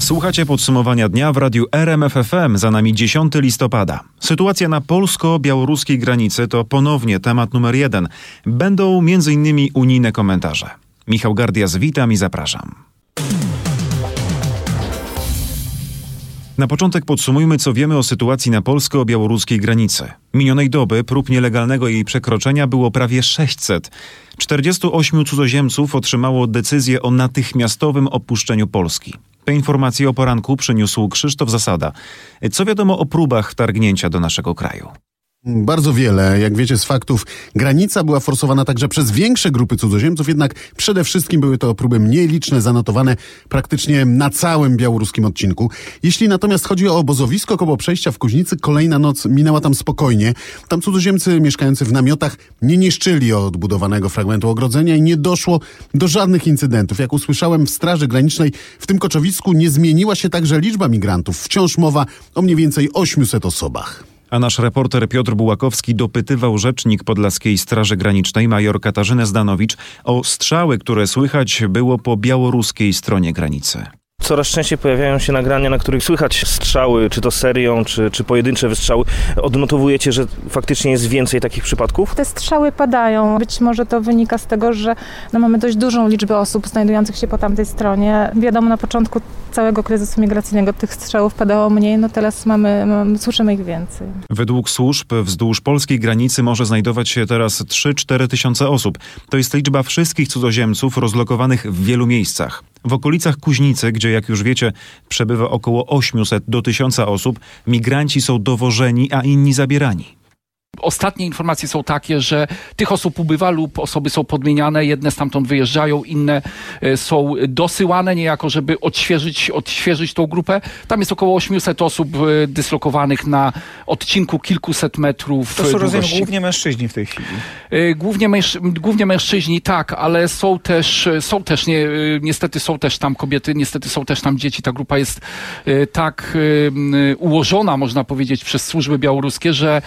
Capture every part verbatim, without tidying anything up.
Słuchacie podsumowania dnia w radiu R M F F M, za nami dziesiątego listopada. Sytuacja na polsko-białoruskiej granicy to ponownie temat numer jeden. Będą między innymi unijne komentarze. Michał Gardias, witam i zapraszam. Na początek podsumujmy, co wiemy o sytuacji na polsko-białoruskiej granicy. Minionej doby prób nielegalnego jej przekroczenia było prawie sześćset. czterdziestu ośmiu cudzoziemców otrzymało decyzję o natychmiastowym opuszczeniu Polski. Te informacje o poranku przyniósł Krzysztof Zasada. Co wiadomo o próbach wtargnięcia do naszego kraju? Bardzo wiele. Jak wiecie z faktów, granica była forsowana także przez większe grupy cudzoziemców, jednak przede wszystkim były to próby mniej liczne, zanotowane praktycznie na całym białoruskim odcinku. Jeśli natomiast chodzi o obozowisko koło przejścia w Kuźnicy, kolejna noc minęła tam spokojnie. Tam cudzoziemcy mieszkający w namiotach nie niszczyli odbudowanego fragmentu ogrodzenia i nie doszło do żadnych incydentów. Jak usłyszałem w Straży Granicznej, w tym koczowisku nie zmieniła się także liczba migrantów. Wciąż mowa o mniej więcej ośmiuset osobach. A nasz reporter Piotr Bułakowski dopytywał rzecznik Podlaskiej Straży Granicznej major Katarzynę Zdanowicz o strzały, które słychać było po białoruskiej stronie granicy. Coraz częściej pojawiają się nagrania, na których słychać strzały, czy to serią, czy, czy pojedyncze wystrzały. Odnotowujecie, że faktycznie jest więcej takich przypadków? Te strzały padają. Być może to wynika z tego, że no, mamy dość dużą liczbę osób znajdujących się po tamtej stronie. Wiadomo, na początku całego kryzysu migracyjnego tych strzałów padało mniej, no teraz mamy, mamy słyszymy ich więcej. Według służb wzdłuż polskiej granicy może znajdować się teraz trzy cztery tysiące osób. To jest liczba wszystkich cudzoziemców rozlokowanych w wielu miejscach. W okolicach Kuźnicy, gdzie jak już wiecie przebywa około ośmiuset do tysiąca osób, migranci są dowożeni, a inni zabierani. Ostatnie informacje są takie, że tych osób ubywa lub osoby są podmieniane, jedne stamtąd wyjeżdżają, inne są dosyłane niejako, żeby odświeżyć, odświeżyć tą grupę. Tam jest około ośmiuset osób dyslokowanych na odcinku kilkuset metrów. To są rozumiem głównie mężczyźni w tej chwili. Głównie, męż, głównie mężczyźni, tak, ale są też, są też nie, niestety są też tam kobiety, niestety są też tam dzieci. Ta grupa jest tak ułożona, można powiedzieć, przez służby białoruskie, że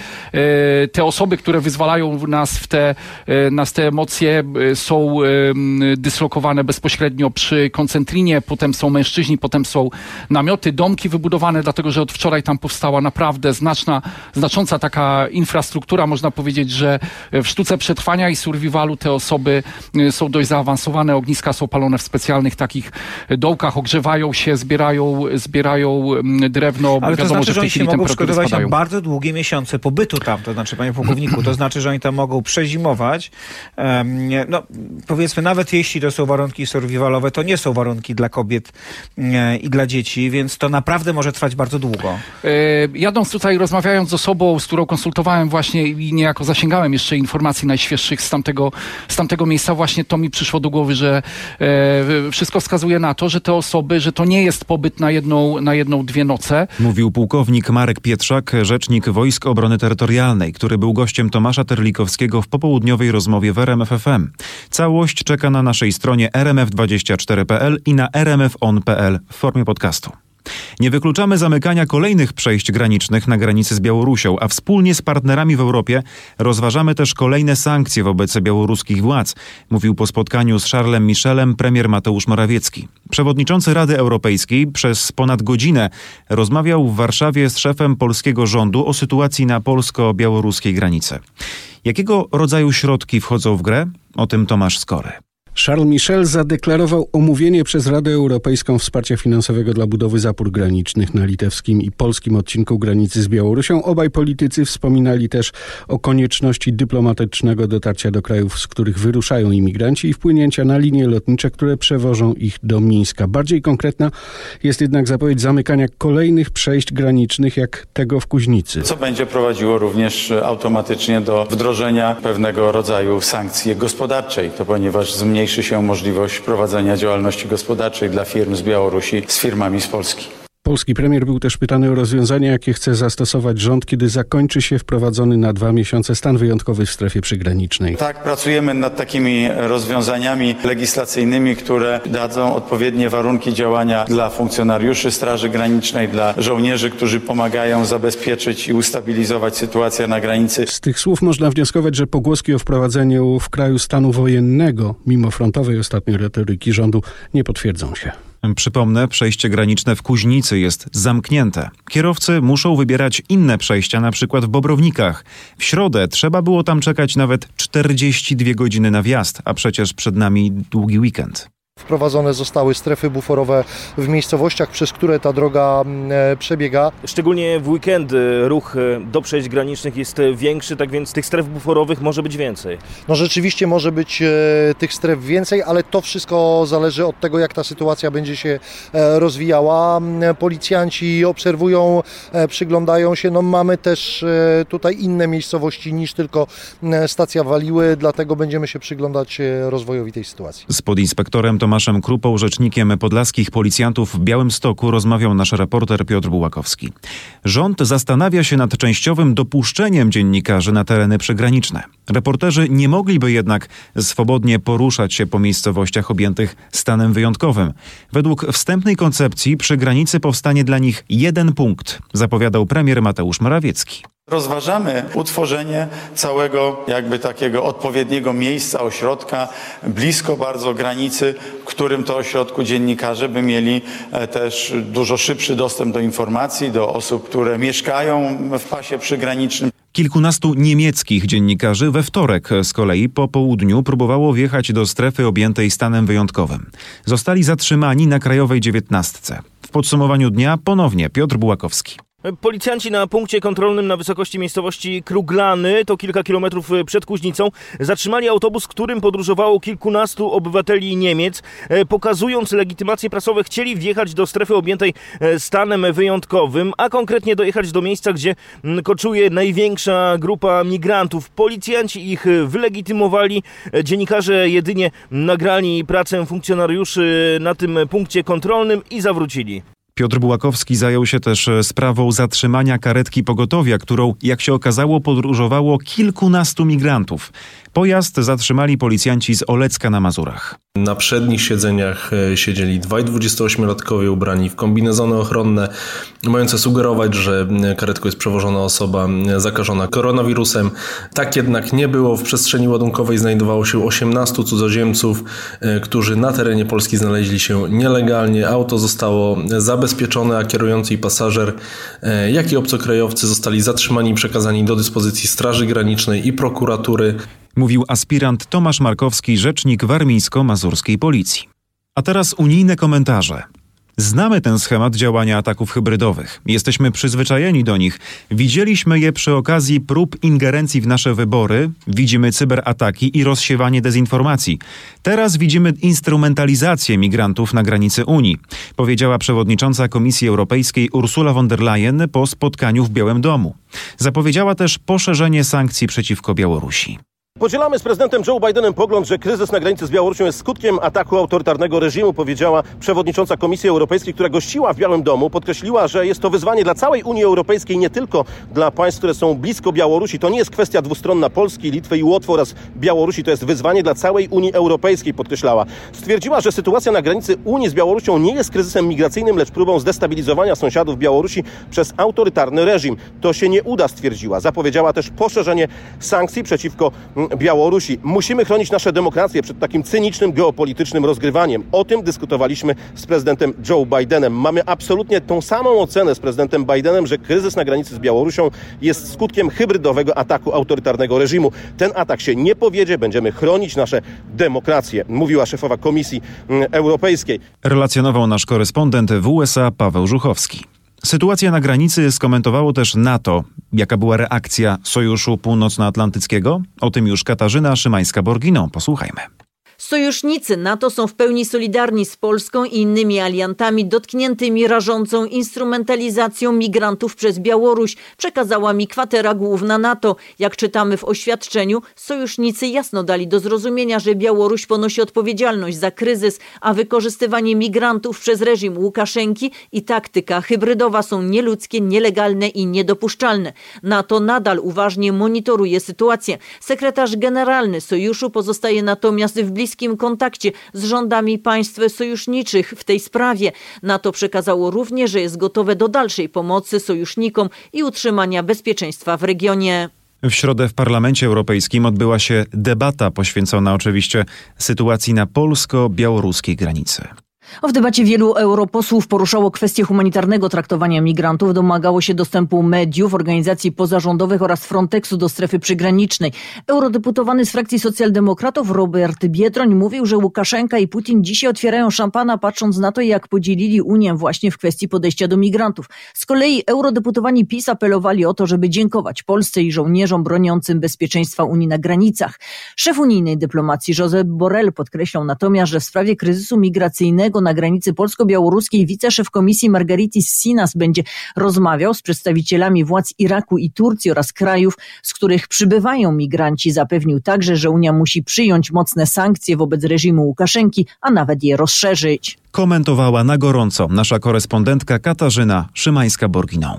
te osoby, które wyzwalają nas w te, nas te emocje, są dyslokowane bezpośrednio przy koncentrinie, potem są mężczyźni, potem są namioty, domki wybudowane, dlatego że od wczoraj tam powstała naprawdę znaczna, znacząca taka infrastruktura. Można powiedzieć, że w sztuce przetrwania i survivalu te osoby są dość zaawansowane, ogniska są palone w specjalnych takich dołkach, ogrzewają się, zbierają, zbierają drewno. Ale to wiadomo, znaczy, że, że oni się mogą przygotować spadają. na bardzo długie miesiące pobytu tam, to znaczy, panie pułkowniku, to znaczy, że oni tam mogą przezimować. Um, no, powiedzmy, nawet jeśli to są warunki survivalowe, to nie są warunki dla kobiet e, i dla dzieci, więc to naprawdę może trwać bardzo długo. E, jadąc tutaj, rozmawiając z osobą, z którą konsultowałem właśnie i niejako zasięgałem jeszcze informacji najświeższych z tamtego, z tamtego miejsca, właśnie to mi przyszło do głowy, że e, wszystko wskazuje na to, że te osoby, że to nie jest pobyt na jedną, na jedną, dwie noce. Mówił pułkownik Marek Pietrzak, rzecznik Wojsk Obrony Terytorialnej, który był gościem Tomasza Terlikowskiego w popołudniowej rozmowie w R M F F M. Całość czeka na naszej stronie r m f dwadzieścia cztery kropka p l i na r m f on kropka p l w formie podcastu. Nie wykluczamy zamykania kolejnych przejść granicznych na granicy z Białorusią, a wspólnie z partnerami w Europie rozważamy też kolejne sankcje wobec białoruskich władz, mówił po spotkaniu z Charlesem Michelem premier Mateusz Morawiecki. Przewodniczący Rady Europejskiej przez ponad godzinę rozmawiał w Warszawie z szefem polskiego rządu o sytuacji na polsko-białoruskiej granicy. Jakiego rodzaju środki wchodzą w grę? O tym Tomasz Skory. Charles Michel zadeklarował omówienie przez Radę Europejską wsparcia finansowego dla budowy zapór granicznych na litewskim i polskim odcinku granicy z Białorusią. Obaj politycy wspominali też o konieczności dyplomatycznego dotarcia do krajów, z których wyruszają imigranci i wpłynięcia na linie lotnicze, które przewożą ich do Mińska. Bardziej konkretna jest jednak zapowiedź zamykania kolejnych przejść granicznych, jak tego w Kuźnicy. Co będzie prowadziło również automatycznie do wdrożenia pewnego rodzaju sankcji gospodarczej, to ponieważ zmniejszy się możliwość prowadzenia działalności gospodarczej dla firm z Białorusi z firmami z Polski. Polski premier był też pytany o rozwiązania, jakie chce zastosować rząd, kiedy zakończy się wprowadzony na dwa miesiące stan wyjątkowy w strefie przygranicznej. Tak, pracujemy nad takimi rozwiązaniami legislacyjnymi, które dadzą odpowiednie warunki działania dla funkcjonariuszy Straży Granicznej, dla żołnierzy, którzy pomagają zabezpieczyć i ustabilizować sytuację na granicy. Z tych słów można wnioskować, że pogłoski o wprowadzeniu w kraju stanu wojennego, mimo frontowej ostatniej retoryki rządu, nie potwierdzą się. Przypomnę, przejście graniczne w Kuźnicy jest zamknięte. Kierowcy muszą wybierać inne przejścia, na przykład w Bobrownikach. W środę trzeba było tam czekać nawet czterdzieści dwie godziny na wjazd, a przecież przed nami długi weekend. Wprowadzone zostały strefy buforowe w miejscowościach, przez które ta droga przebiega. Szczególnie w weekendy ruch do przejść granicznych jest większy, tak więc tych stref buforowych może być więcej. No rzeczywiście może być e, tych stref więcej, ale to wszystko zależy od tego, jak ta sytuacja będzie się e, rozwijała. Policjanci obserwują, e, przyglądają się. No mamy też e, tutaj inne miejscowości niż tylko e, stacja Waliły, dlatego będziemy się przyglądać e, rozwojowi tej sytuacji. Z podinspektorem Tomaszem Krupą, rzecznikiem podlaskich policjantów w Białymstoku, rozmawiał nasz reporter Piotr Bułakowski. Rząd zastanawia się nad częściowym dopuszczeniem dziennikarzy na tereny przygraniczne. Reporterzy nie mogliby jednak swobodnie poruszać się po miejscowościach objętych stanem wyjątkowym. Według wstępnej koncepcji przy granicy powstanie dla nich jeden punkt, zapowiadał premier Mateusz Morawiecki. Rozważamy utworzenie całego jakby takiego odpowiedniego miejsca, ośrodka, blisko bardzo granicy, w którym to ośrodku dziennikarze by mieli też dużo szybszy dostęp do informacji, do osób, które mieszkają w pasie przygranicznym. Kilkunastu niemieckich dziennikarzy we wtorek z kolei po południu próbowało wjechać do strefy objętej stanem wyjątkowym. Zostali zatrzymani na Krajowej dziewiętnastce. W podsumowaniu dnia ponownie Piotr Bułakowski. Policjanci na punkcie kontrolnym na wysokości miejscowości Kruglany, to kilka kilometrów przed Kuźnicą, zatrzymali autobus, którym podróżowało kilkunastu obywateli Niemiec. Pokazując legitymacje prasowe, chcieli wjechać do strefy objętej stanem wyjątkowym, a konkretnie dojechać do miejsca, gdzie koczuje największa grupa migrantów. Policjanci ich wylegitymowali. Dziennikarze jedynie nagrali pracę funkcjonariuszy na tym punkcie kontrolnym i zawrócili. Piotr Bułakowski zajął się też sprawą zatrzymania karetki pogotowia, którą, jak się okazało, podróżowało kilkunastu migrantów. Pojazd zatrzymali policjanci z Olecka na Mazurach. Na przednich siedzeniach siedzieli dwaj dwudziestoośmiolatkowie ubrani w kombinezony ochronne, mające sugerować, że karetką jest przewożona osoba zakażona koronawirusem. Tak jednak nie było. W przestrzeni ładunkowej znajdowało się osiemnastu cudzoziemców, którzy na terenie Polski znaleźli się nielegalnie. Auto zostało zabezpieczone, a kierujący i pasażer, jak i obcokrajowcy zostali zatrzymani i przekazani do dyspozycji Straży Granicznej i prokuratury. Mówił aspirant Tomasz Markowski, rzecznik warmińsko-mazurskiej policji. A teraz unijne komentarze. Znamy ten schemat działania ataków hybrydowych. Jesteśmy przyzwyczajeni do nich. Widzieliśmy je przy okazji prób ingerencji w nasze wybory. Widzimy cyberataki i rozsiewanie dezinformacji. Teraz widzimy instrumentalizację migrantów na granicy Unii, powiedziała przewodnicząca Komisji Europejskiej Ursula von der Leyen po spotkaniu w Białym Domu. Zapowiedziała też poszerzenie sankcji przeciwko Białorusi. Podzielamy z prezydentem Joe Bidenem pogląd, że kryzys na granicy z Białorusią jest skutkiem ataku autorytarnego reżimu, powiedziała przewodnicząca Komisji Europejskiej, która gościła w Białym Domu. Podkreśliła, że jest to wyzwanie dla całej Unii Europejskiej, nie tylko dla państw, które są blisko Białorusi. To nie jest kwestia dwustronna Polski, Litwy i Łotwy oraz Białorusi. To jest wyzwanie dla całej Unii Europejskiej, podkreślała. Stwierdziła, że sytuacja na granicy Unii z Białorusią nie jest kryzysem migracyjnym, lecz próbą zdestabilizowania sąsiadów Białorusi przez autorytarny reżim. To się nie uda, stwierdziła. Zapowiedziała też poszerzenie sankcji przeciwko Białorusi. Musimy chronić nasze demokracje przed takim cynicznym, geopolitycznym rozgrywaniem. O tym dyskutowaliśmy z prezydentem Joe Bidenem. Mamy absolutnie tą samą ocenę z prezydentem Bidenem, że kryzys na granicy z Białorusią jest skutkiem hybrydowego ataku autorytarnego reżimu. Ten atak się nie powiedzie, będziemy chronić nasze demokracje, mówiła szefowa Komisji Europejskiej. Relacjonował nasz korespondent w U S A Paweł Żuchowski. Sytuację na granicy skomentowało też NATO. Jaka była reakcja Sojuszu Północnoatlantyckiego? O tym już Katarzyna Szymańska-Borginą. Posłuchajmy. Sojusznicy NATO są w pełni solidarni z Polską i innymi aliantami dotkniętymi rażącą instrumentalizacją migrantów przez Białoruś, przekazała mi kwatera główna NATO. Jak czytamy w oświadczeniu, sojusznicy jasno dali do zrozumienia, że Białoruś ponosi odpowiedzialność za kryzys, a wykorzystywanie migrantów przez reżim Łukaszenki i taktyka hybrydowa są nieludzkie, nielegalne i niedopuszczalne. NATO nadal uważnie monitoruje sytuację. Sekretarz generalny sojuszu pozostaje natomiast w bliskim kontakcie z rządami państw sojuszniczych w tej sprawie. NATO przekazało również, że jest gotowe do dalszej pomocy sojusznikom i utrzymania bezpieczeństwa w regionie. W środę w Parlamencie Europejskim odbyła się debata poświęcona oczywiście sytuacji na polsko-białoruskiej granicy. W debacie wielu europosłów poruszało kwestię humanitarnego traktowania migrantów, domagało się dostępu mediów, organizacji pozarządowych oraz Frontexu do strefy przygranicznej. Eurodeputowany z frakcji socjaldemokratów Robert Biedroń mówił, że Łukaszenka i Putin dzisiaj otwierają szampana, patrząc na to, jak podzielili Unię właśnie w kwestii podejścia do migrantów. Z kolei eurodeputowani PiS apelowali o to, żeby dziękować Polsce i żołnierzom broniącym bezpieczeństwa Unii na granicach. Szef unijnej dyplomacji Josep Borrell podkreślał natomiast, że w sprawie kryzysu migracyjnego na granicy polsko-białoruskiej wiceszef komisji Margaritis Sinas będzie rozmawiał z przedstawicielami władz Iraku i Turcji oraz krajów, z których przybywają migranci. Zapewnił także, że Unia musi przyjąć mocne sankcje wobec reżimu Łukaszenki, a nawet je rozszerzyć. Komentowała na gorąco nasza korespondentka Katarzyna Szymańska-Borginą.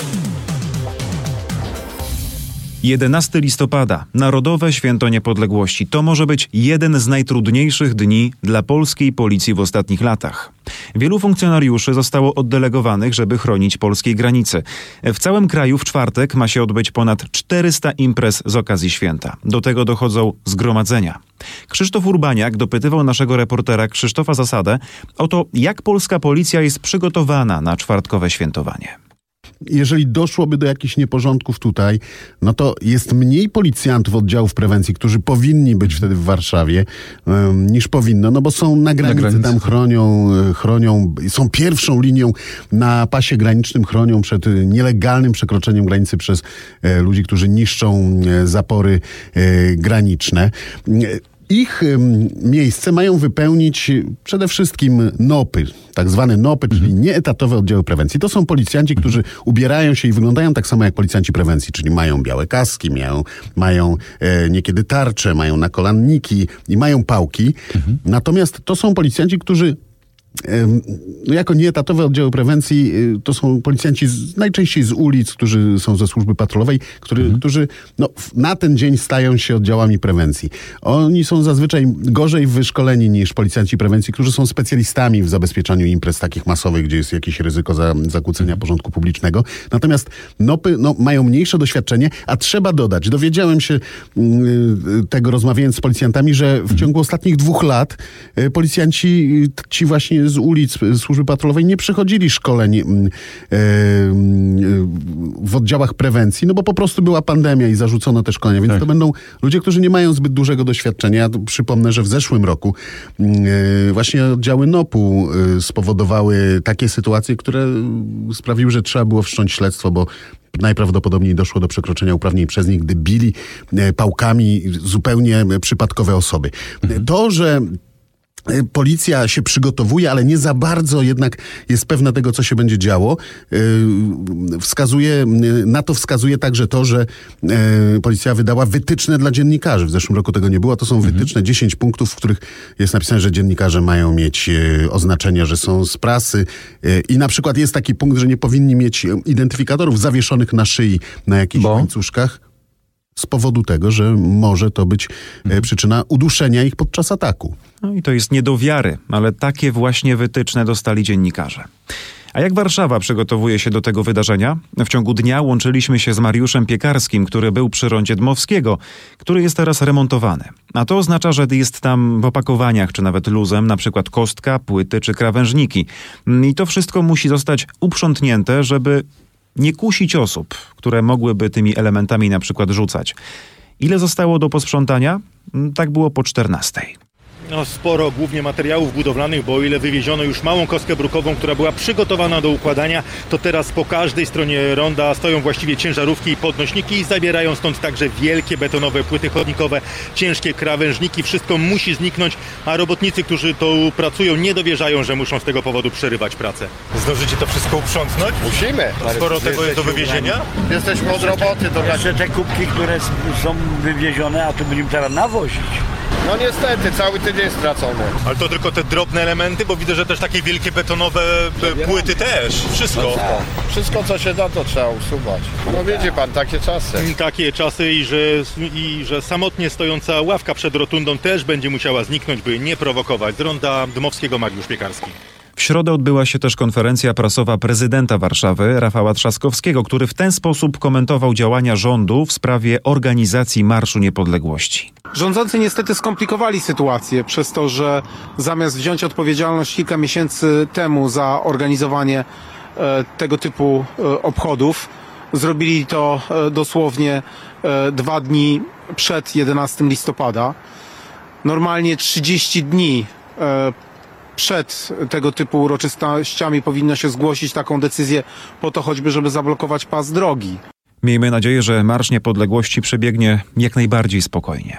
jedenastego listopada, Narodowe Święto Niepodległości. To może być jeden z najtrudniejszych dni dla polskiej policji w ostatnich latach. Wielu funkcjonariuszy zostało oddelegowanych, żeby chronić polskiej granicy. W całym kraju w czwartek ma się odbyć ponad czterysta imprez z okazji święta. Do tego dochodzą zgromadzenia. Krzysztof Urbaniak dopytywał naszego reportera Krzysztofa Zasadę o to, jak polska policja jest przygotowana na czwartkowe świętowanie. Jeżeli doszłoby do jakichś nieporządków tutaj, no to jest mniej policjantów oddziałów prewencji, którzy powinni być wtedy w Warszawie, um, niż powinno, no bo są na granicy, na granicy. tam chronią, chronią, są pierwszą linią na pasie granicznym, chronią przed nielegalnym przekroczeniem granicy przez e, ludzi, którzy niszczą e, zapory e, graniczne. Ich miejsce mają wypełnić przede wszystkim nopy, tak zwane nopy, czyli mhm. nieetatowe oddziały prewencji. To są policjanci, którzy ubierają się i wyglądają tak samo jak policjanci prewencji, czyli mają białe kaski, mają, mają e, niekiedy tarcze, mają nakolanniki i mają pałki. Mhm. Natomiast to są policjanci, którzy no jako nieetatowe oddziały prewencji to są policjanci z, najczęściej z ulic, którzy są ze służby patrolowej, który, mhm. którzy no, na ten dzień stają się oddziałami prewencji. Oni są zazwyczaj gorzej wyszkoleni niż policjanci prewencji, którzy są specjalistami w zabezpieczaniu imprez takich masowych, gdzie jest jakieś ryzyko za, zakłócenia porządku publicznego. Natomiast nopy no, mają mniejsze doświadczenie, a trzeba dodać, dowiedziałem się y, tego rozmawiając z policjantami, że w ciągu ostatnich dwóch lat y, policjanci ci właśnie z ulic służby patrolowej nie przechodzili szkoleń e, w oddziałach prewencji, no bo po prostu była pandemia i zarzucono te szkolenia, więc tak. to będą ludzie, którzy nie mają zbyt dużego doświadczenia. Ja przypomnę, że w zeszłym roku e, właśnie oddziały nopu e, spowodowały takie sytuacje, które sprawiły, że trzeba było wszcząć śledztwo, bo najprawdopodobniej doszło do przekroczenia uprawnień przez nich, gdy bili e, pałkami zupełnie przypadkowe osoby. Mhm. To, że policja się przygotowuje, ale nie za bardzo jednak jest pewna tego, co się będzie działo. Wskazuje, na to wskazuje także to, że policja wydała wytyczne dla dziennikarzy. W zeszłym roku tego nie było. To są mhm. wytyczne, dziesięć punktów, w których jest napisane, że dziennikarze mają mieć oznaczenia, że są z prasy. I na przykład jest taki punkt, że nie powinni mieć identyfikatorów zawieszonych na szyi na jakichś Bo? łańcuszkach. Z powodu tego, że może to być e, przyczyna uduszenia ich podczas ataku. No i to jest nie do wiary, ale takie właśnie wytyczne dostali dziennikarze. A jak Warszawa przygotowuje się do tego wydarzenia? W ciągu dnia łączyliśmy się z Mariuszem Piekarskim, który był przy rondzie Dmowskiego, który jest teraz remontowany. A to oznacza, że jest tam w opakowaniach, czy nawet luzem, na przykład kostka, płyty czy krawężniki. I to wszystko musi zostać uprzątnięte, żeby nie kusić osób, które mogłyby tymi elementami na przykład rzucać. Ile zostało do posprzątania? Tak było po czternastej. No sporo, głównie materiałów budowlanych, bo o ile wywieziono już małą kostkę brukową, która była przygotowana do układania, to teraz po każdej stronie ronda stoją właściwie ciężarówki i podnośniki i zabierają stąd także wielkie betonowe płyty chodnikowe, ciężkie krawężniki, wszystko musi zniknąć, a robotnicy, którzy tu pracują, nie dowierzają, że muszą z tego powodu przerywać pracę. Zdążycie to wszystko uprzątnąć? Musimy. Sporo tego jest do wywiezienia? Jesteśmy od roboty. Do jeszcze te kubki, które są wywiezione, a tu będziemy teraz nawozić. No niestety, cały tydzień stracony. Ale to tylko te drobne elementy, bo widzę, że też takie wielkie betonowe płyty też. Wszystko. Wszystko, Wszystko co się da, to trzeba usuwać. No widzi pan, takie czasy. Takie czasy i że, i że samotnie stojąca ławka przed rotundą też będzie musiała zniknąć, by nie prowokować. Z ronda Dmowskiego Mariusz Piekarski. W W środę odbyła się też konferencja prasowa prezydenta Warszawy, Rafała Trzaskowskiego, który w ten sposób komentował działania rządu w sprawie organizacji Marszu Niepodległości. Rządzący niestety skomplikowali sytuację przez to, że zamiast wziąć odpowiedzialność kilka miesięcy temu za organizowanie e, tego typu e, obchodów, zrobili to e, dosłownie e, dwa dni przed jedenastego listopada. Normalnie trzydzieści dni e, przed tego typu uroczystościami powinno się zgłosić taką decyzję po to choćby, żeby zablokować pas drogi. Miejmy nadzieję, że Marsz Niepodległości przebiegnie jak najbardziej spokojnie.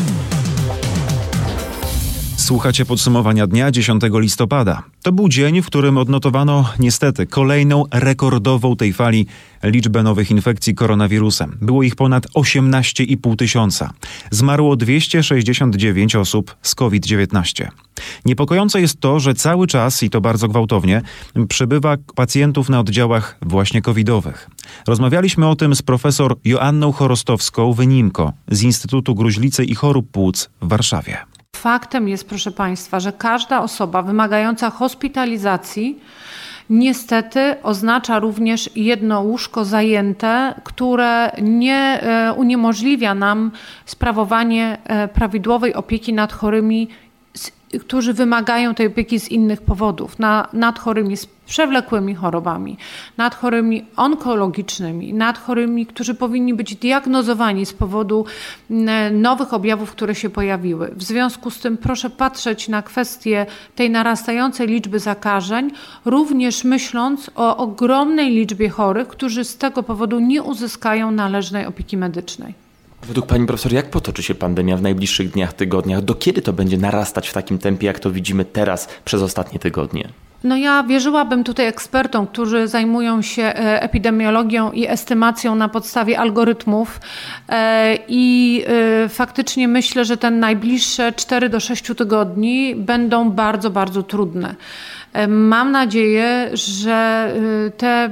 Słuchacie podsumowania dnia dziesiątego listopada. To był dzień, w którym odnotowano niestety kolejną rekordową tej fali liczbę nowych infekcji koronawirusem. Było ich ponad osiemnaście i pół tysiąca. Zmarło dwieście sześćdziesiąt dziewięć osób z kowid dziewiętnaście. Niepokojące jest to, że cały czas, i to bardzo gwałtownie, przybywa pacjentów na oddziałach właśnie covidowych. Rozmawialiśmy o tym z profesor Joanną Chorostowską-Wynimko z Instytutu Gruźlicy i Chorób Płuc w Warszawie. Faktem jest, proszę Państwa, że każda osoba wymagająca hospitalizacji niestety oznacza również jedno łóżko zajęte, które nie uniemożliwia nam sprawowanie prawidłowej opieki nad chorymi, którzy wymagają tej opieki z innych powodów, na, nad chorymi z przewlekłymi chorobami, nad chorymi onkologicznymi, nad chorymi, którzy powinni być diagnozowani z powodu nowych objawów, które się pojawiły. W związku z tym proszę patrzeć na kwestię tej narastającej liczby zakażeń, również myśląc o ogromnej liczbie chorych, którzy z tego powodu nie uzyskają należnej opieki medycznej. Według pani profesor, jak potoczy się pandemia w najbliższych dniach, tygodniach? Do kiedy to będzie narastać w takim tempie, jak to widzimy teraz przez ostatnie tygodnie? No ja wierzyłabym tutaj ekspertom, którzy zajmują się epidemiologią i estymacją na podstawie algorytmów i faktycznie myślę, że te najbliższe cztery do sześciu tygodni będą bardzo, bardzo trudne. Mam nadzieję, że te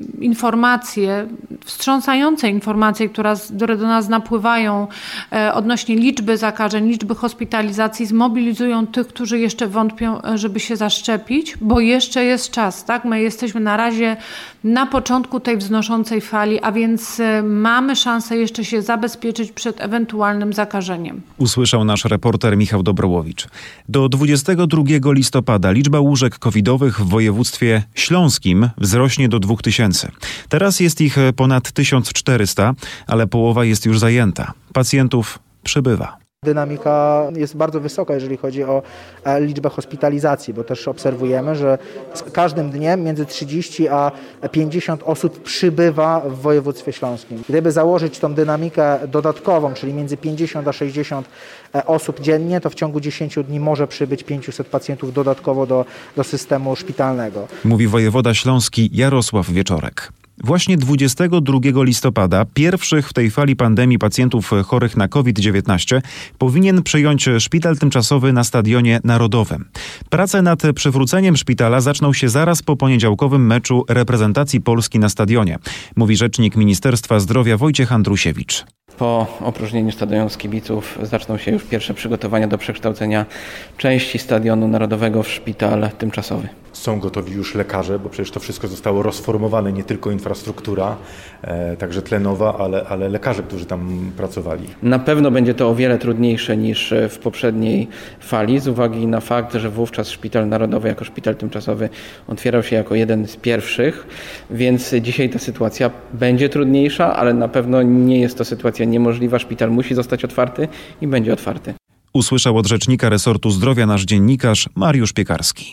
informacje, wstrząsające informacje, które do nas napływają odnośnie liczby zakażeń, liczby hospitalizacji, zmobilizują tych, którzy jeszcze wątpią, żeby się zaszczepić, bo jeszcze jest czas, tak? My jesteśmy na razie na początku tej wznoszącej fali, a więc mamy szansę jeszcze się zabezpieczyć przed ewentualnym zakażeniem. Usłyszał nasz reporter Michał Dobrołowicz. Do dwudziestego drugiego listopada liczba łóżek covidowych w województwie śląskim wzrośnie do dwóch tysięcy. Teraz jest ich ponad tysiąc czterysta, ale połowa jest już zajęta. Pacjentów przybywa. Dynamika jest bardzo wysoka, jeżeli chodzi o liczbę hospitalizacji, bo też obserwujemy, że z każdym dniem między trzydzieści a pięćdziesiąt osób przybywa w województwie śląskim. Gdyby założyć tą dynamikę dodatkową, czyli między pięćdziesiąt a sześćdziesiąt osób dziennie, to w ciągu dziesięciu dni może przybyć pięćset pacjentów dodatkowo do, do systemu szpitalnego. Mówi wojewoda śląski Jarosław Wieczorek. Właśnie dwudziestego drugiego listopada pierwszych w tej fali pandemii pacjentów chorych na kowid dziewiętnaście powinien przyjąć szpital tymczasowy na Stadionie Narodowym. Prace nad przywróceniem szpitala zaczną się zaraz po poniedziałkowym meczu reprezentacji Polski na stadionie, mówi rzecznik Ministerstwa Zdrowia Wojciech Andrusiewicz. Po opróżnieniu stadionu z kibiców zaczną się już pierwsze przygotowania do przekształcenia części Stadionu Narodowego w szpital tymczasowy. Są gotowi już lekarze, bo przecież to wszystko zostało rozformowane, nie tylko infrastruktura, e, także tlenowa, ale, ale lekarze, którzy tam pracowali. Na pewno będzie to o wiele trudniejsze niż w poprzedniej fali, z uwagi na fakt, że wówczas Szpital Narodowy jako szpital tymczasowy otwierał się jako jeden z pierwszych, więc dzisiaj ta sytuacja będzie trudniejsza, ale na pewno nie jest to sytuacja niemożliwa. Szpital musi zostać otwarty i będzie otwarty. Usłyszał od rzecznika resortu zdrowia nasz dziennikarz Mariusz Piekarski.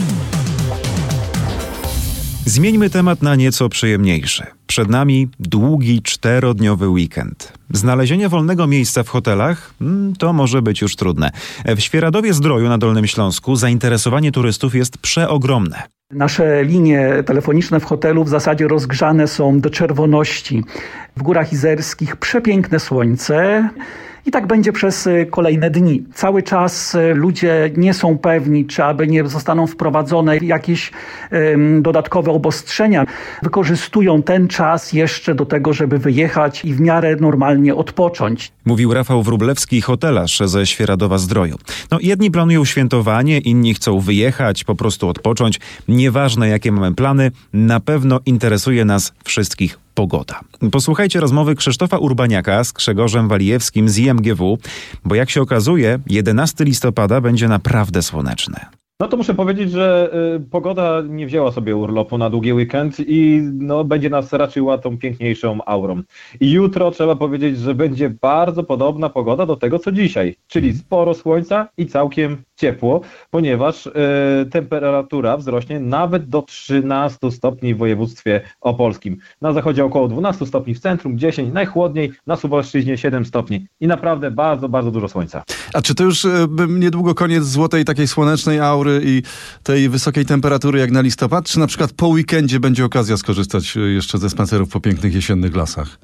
Zmieńmy temat na nieco przyjemniejszy. Przed nami długi, czterodniowy weekend. Znalezienie wolnego miejsca w hotelach to może być już trudne. W Świeradowie-Zdroju na Dolnym Śląsku zainteresowanie turystów jest przeogromne. Nasze linie telefoniczne w hotelu w zasadzie rozgrzane są do czerwoności. W Górach Izerskich przepiękne słońce. I tak będzie przez kolejne dni. Cały czas ludzie nie są pewni, czy aby nie zostaną wprowadzone jakieś um, dodatkowe obostrzenia. Wykorzystują ten czas jeszcze do tego, żeby wyjechać i w miarę normalnie odpocząć. Mówił Rafał Wróblewski, hotelarz ze Świeradowa-Zdroju. No, jedni planują świętowanie, inni chcą wyjechać, po prostu odpocząć. Nieważne, jakie mamy plany, na pewno interesuje nas wszystkich pogoda. Posłuchajcie rozmowy Krzysztofa Urbaniaka z Grzegorzem Walijewskim z I M G W, bo jak się okazuje, jedenastego listopada będzie naprawdę słoneczny. No to muszę powiedzieć, że y, pogoda nie wzięła sobie urlopu na długi weekend i no, będzie nas raczyła tą piękniejszą aurą. I jutro trzeba powiedzieć, że będzie bardzo podobna pogoda do tego, co dzisiaj, czyli sporo słońca i całkiem ciepło, ponieważ y, temperatura wzrośnie nawet do trzynastu stopni w województwie opolskim. Na zachodzie około dwunastu stopni, w centrum dziesięć, najchłodniej na Suwalszczyźnie siedem stopni i naprawdę bardzo, bardzo dużo słońca. A czy to już y, niedługo koniec złotej takiej słonecznej aury i tej wysokiej temperatury jak na listopad, czy na przykład po weekendzie będzie okazja skorzystać jeszcze ze spacerów po pięknych jesiennych lasach?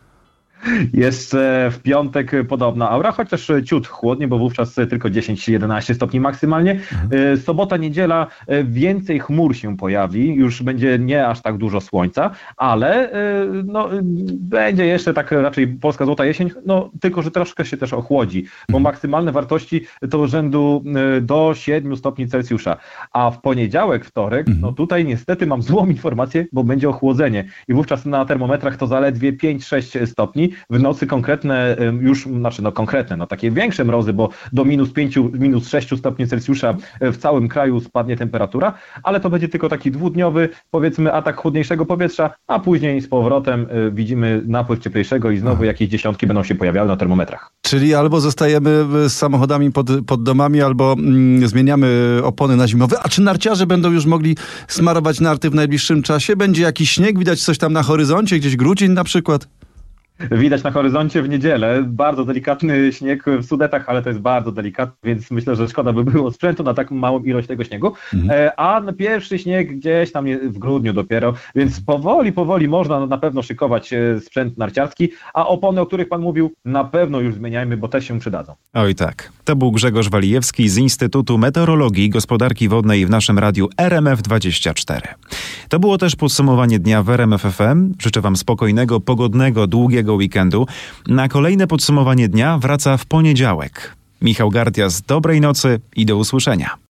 Jeszcze w piątek podobna aura, chociaż ciut chłodnie, bo wówczas tylko dziesięć jedenaście stopni maksymalnie. Mhm. Sobota, niedziela więcej chmur się pojawi, już będzie nie aż tak dużo słońca, ale no, będzie jeszcze tak raczej polska złota jesień, no tylko, że troszkę się też ochłodzi, bo maksymalne wartości to rzędu do siedmiu stopni Celsjusza, a w poniedziałek, wtorek, mhm. no tutaj niestety mam złą informację, bo będzie ochłodzenie i wówczas na termometrach to zaledwie pięć sześć stopni. W nocy konkretne już, znaczy no konkretne, no takie większe mrozy, bo do minus pięciu, minus sześciu stopni Celsjusza w całym kraju spadnie temperatura, ale to będzie tylko taki dwudniowy, powiedzmy, atak chłodniejszego powietrza, a później z powrotem widzimy napływ cieplejszego i znowu jakieś dziesiątki będą się pojawiały na termometrach. Czyli albo zostajemy z samochodami pod, pod domami, albo mm, zmieniamy opony na zimowe. A czy narciarze będą już mogli smarować narty w najbliższym czasie? Będzie jakiś śnieg? Widać coś tam na horyzoncie? Gdzieś grudzień na przykład? Widać na horyzoncie w niedzielę bardzo delikatny śnieg w Sudetach, ale to jest bardzo delikatny, więc myślę, że szkoda by było sprzętu na taką małą ilość tego śniegu. Mhm. A pierwszy śnieg gdzieś tam w grudniu dopiero, więc powoli, powoli można na pewno szykować sprzęt narciarski, a opony, o których pan mówił, na pewno już zmieniajmy, bo te się przydadzą. Oj tak. To był Grzegorz Walijewski z Instytutu Meteorologii i Gospodarki Wodnej w naszym radiu R M F dwadzieścia cztery. To było też podsumowanie dnia w R M F F M. Życzę wam spokojnego, pogodnego, długiego weekendu. Na kolejne podsumowanie dnia wraca w poniedziałek. Michał Gardias, dobrej nocy i do usłyszenia.